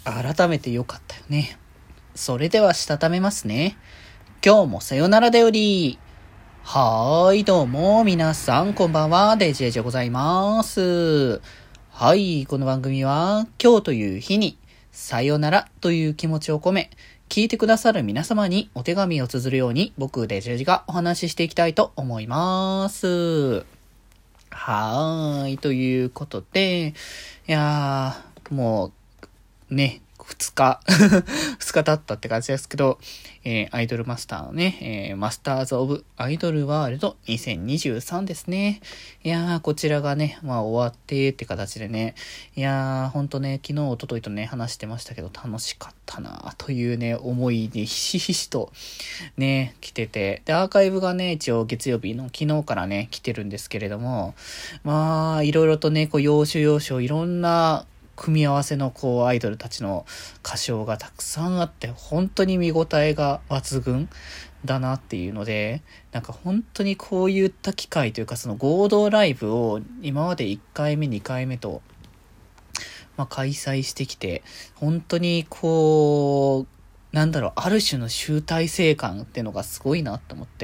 改めて良かったよね。それではしたためますね。今日もさよならだより。どうも皆さんこんばんは、デジェジでございます。この番組は今日という日にさよならという気持ちを込め、聞いてくださる皆様にお手紙を綴るように僕デジェジがお話ししていきたいと思います。ということで、もうね、2日2日経ったって感じですけど、アイドルマスターのね、マスターズオブアイドルワールド2023ですね。こちらがね、終わってって形でね、ほんとね、昨日、一昨日とね、話してましたけど、楽しかったなというね、思いにひしひしとね、来てて、で、アーカイブがね、一応月曜日の昨日からね、来てるんですけれども、いろいろとね、要所要所、いろんな、組み合わせのアイドルたちの歌唱がたくさんあって本当に見応えが抜群だなっていうので、なんか本当にこういった機会というかその合同ライブを今まで1回目2回目と開催してきて本当にある種の集大成感っていうのがすごいなと思って、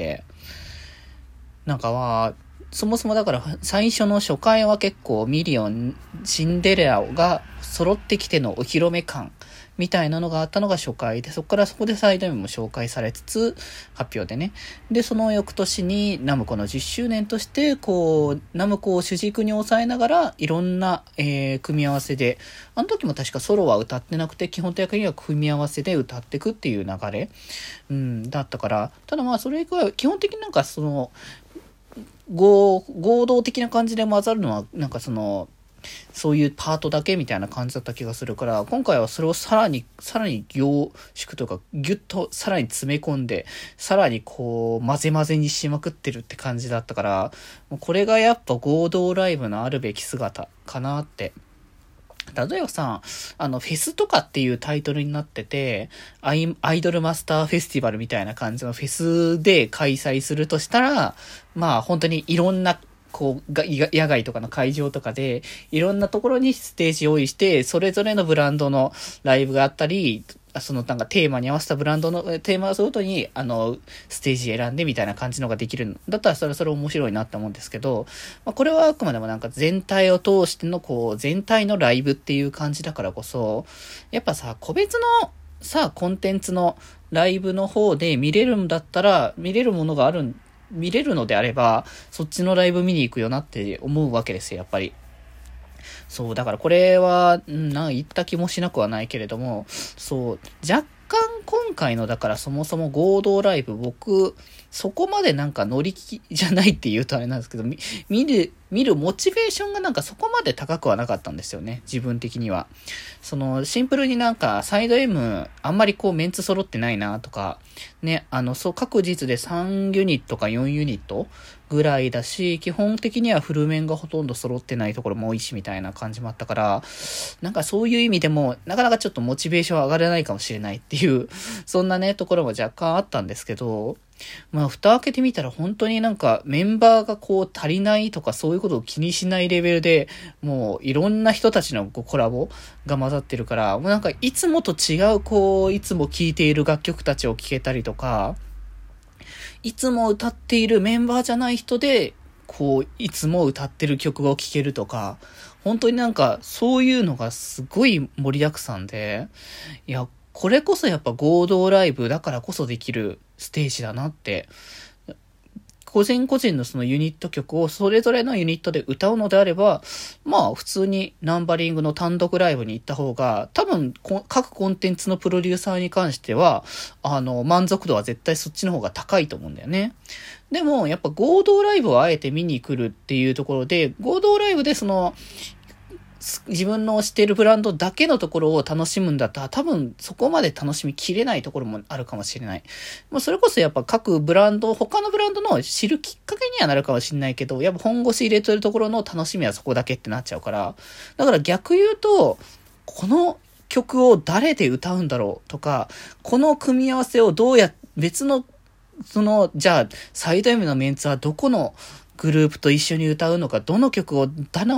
そもそもだから最初の初回は結構ミリオン、シンデレラが揃ってきてのお披露目感みたいなのがあったのが初回で、そこでサイド M も紹介されつつ発表でね。で、その翌年にナムコの10周年としてナムコを主軸に抑えながらいろんな、組み合わせで、あの時も確かソロは歌ってなくて基本的には組み合わせで歌ってくっていう流れ、だったから、ただそれ以外は基本的に合同的な感じで混ざるのはそういうパートだけみたいな感じだった気がするから、今回はそれをさらに凝縮とかギュッとさらに詰め込んでさらに混ぜ混ぜにしまくってるって感じだったから、これがやっぱ合同ライブのあるべき姿かなって。例えばさ、フェスとかっていうタイトルになってて、アイドルマスターフェスティバルみたいな感じのフェスで開催するとしたら、本当にいろんな、野外とかの会場とかで、いろんなところにステージ用意して、それぞれのブランドのライブがあったり、テーマに合わせたブランドのテーマごとにステージ選んでみたいな感じのができるんだったらそれ面白いなって思うんですけど、これはあくまでも全体を通しての全体のライブっていう感じだからこそ、やっぱさ、個別のさコンテンツのライブの方で見れるんだったら、見れるのであればそっちのライブ見に行くよなって思うわけですよ、やっぱり。そう、だからこれは、言った気もしなくはないけれども、そう、若干今回のだからそもそも合同ライブ、僕、そこまで乗り気じゃないって言うとあれなんですけど、見るモチベーションがそこまで高くはなかったんですよね、自分的には。シンプルにサイド M、あんまりメンツ揃ってないなとか、ね、各日で3ユニットか4ユニットぐらいだし、基本的にはフルメンがほとんど揃ってないところも多いしみたいな感じもあったから、そういう意味でもなかなかちょっとモチベーション上がらないかもしれないっていう、そんなねところも若干あったんですけど、蓋開けてみたら本当にメンバーが足りないとかそういうことを気にしないレベルで、もういろんな人たちのコラボが混ざってるから、もういつもと違ういつも聴いている楽曲たちを聴けたりとか、いつも歌っているメンバーじゃない人でいつも歌ってる曲を聴けるとか、本当にそういうのがすごい盛りだくさんで、いや、これこそやっぱ合同ライブだからこそできるステージだなって。個人のそのユニット曲をそれぞれのユニットで歌うのであれば、普通にナンバリングの単独ライブに行った方が、多分各コンテンツのプロデューサーに関しては、満足度は絶対そっちの方が高いと思うんだよね。でも、やっぱ合同ライブをあえて見に来るっていうところで、合同ライブで自分の推しているブランドだけのところを楽しむんだったら多分そこまで楽しみきれないところもあるかもしれない。それこそやっぱ各ブランド、他のブランドの知るきっかけにはなるかもしれないけど、やっぱ本腰入れてるところの楽しみはそこだけってなっちゃうから。だから逆言うと、この曲を誰で歌うんだろうとか、この組み合わせを別の、じゃあ、サイド M のメンツはどこのグループと一緒に歌うのか、どの曲を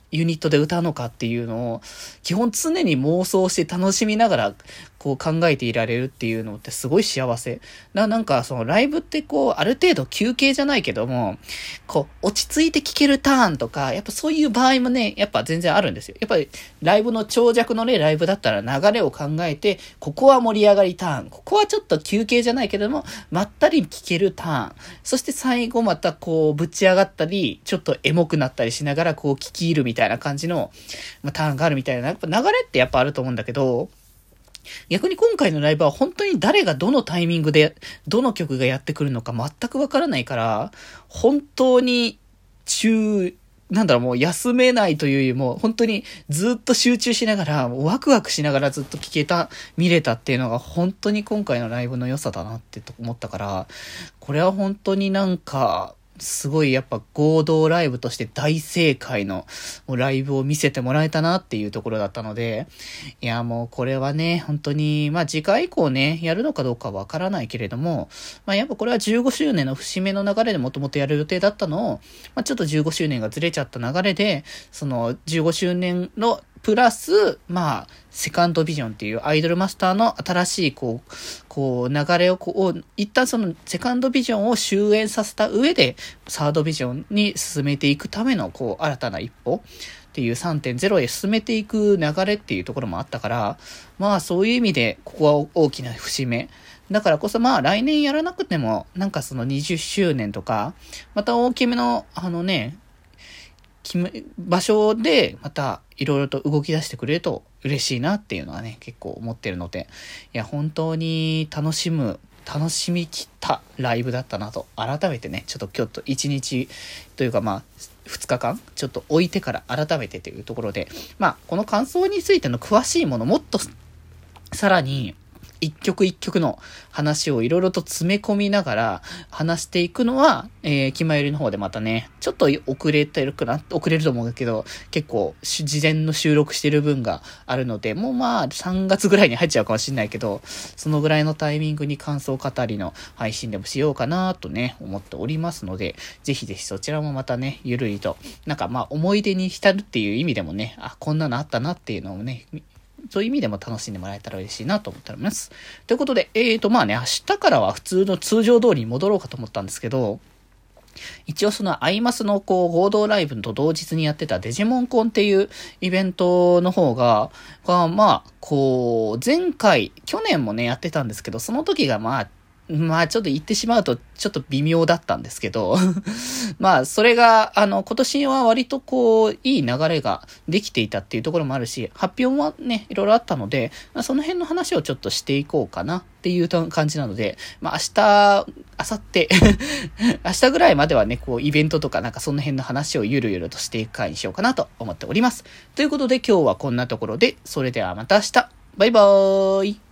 ユニットで歌うのかっていうのを、基本常に妄想して楽しみながら、こう考えていられるっていうのってすごい幸せ。なんかそのライブってこう、ある程度休憩じゃないけども、こう、落ち着いて聴けるターンとか、やっぱそういう場合もね、やっぱ全然あるんですよ。やっぱりライブの長尺のね、ライブだったら流れを考えて、ここは盛り上がりターン、ここはちょっと休憩じゃないけども、まったり聴けるターン、そして最後またこう、ぶち上がったり、ちょっとエモくなったりしながらこう、聴き入るみたいな感じの、ターンがあるみたいな、やっぱ流れってやっぱあると思うんだけど、逆に今回のライブは本当に誰がどのタイミングでどの曲がやってくるのか全くわからないから、本当にもう休めないというよりも、本当にずっと集中しながら、ワクワクしながらずっと見れたっていうのが本当に今回のライブの良さだなって思ったから、これは本当になんか、すごいやっぱ合同ライブとして大正解のライブを見せてもらえたなっていうところだったので、いやもうこれはね、本当に、次回以降ね、やるのかどうかわからないけれども、やっぱこれは15周年の節目の流れでもともとやる予定だったのを、ちょっと15周年がずれちゃった流れで、その15周年のプラス、セカンドビジョンっていうアイドルマスターの新しいこう流れを一旦そのセカンドビジョンを終焉させた上で、サードビジョンに進めていくための新たな一歩っていう 3.0 へ進めていく流れっていうところもあったから、そういう意味でここは大きな節目。だからこそ来年やらなくても、なんかその20周年とか、また大きめの場所でまたいろいろと動き出してくれると嬉しいなっていうのはね、結構思ってるので、いや本当に楽しみきったライブだったなと改めてね、ちょっと今日と1日というか2日間ちょっと置いてから改めてというところで、この感想についての詳しいもの、もっとさらに一曲一曲の話をいろいろと詰め込みながら話していくのは、気まよりの方でまたね、ちょっと遅れると思うけど、結構事前の収録してる分があるので、もう3月ぐらいに入っちゃうかもしれないけど、そのぐらいのタイミングに感想語りの配信でもしようかなとね、思っておりますので、ぜひぜひそちらもまたね、ゆるりと、思い出に浸るっていう意味でもね、こんなのあったなっていうのをね、そういう意味でも楽しんでもらえたら嬉しいなと思っております。ということで、明日からは普通の通常通りに戻ろうかと思ったんですけど、一応そのアイマスの合同ライブと同日にやってたデジモンコンっていうイベントの方が、前回、去年もねやってたんですけど、その時がちょっと言ってしまうとちょっと微妙だったんですけどそれが今年は割といい流れができていたっていうところもあるし、発表もねいろいろあったので、その辺の話をちょっとしていこうかなっていう感じなので、明日明後日明日ぐらいまではねイベントとかその辺の話をゆるゆるとしていく回にしようかなと思っております。ということで今日はこんなところで、それではまた明日、バイバーイ。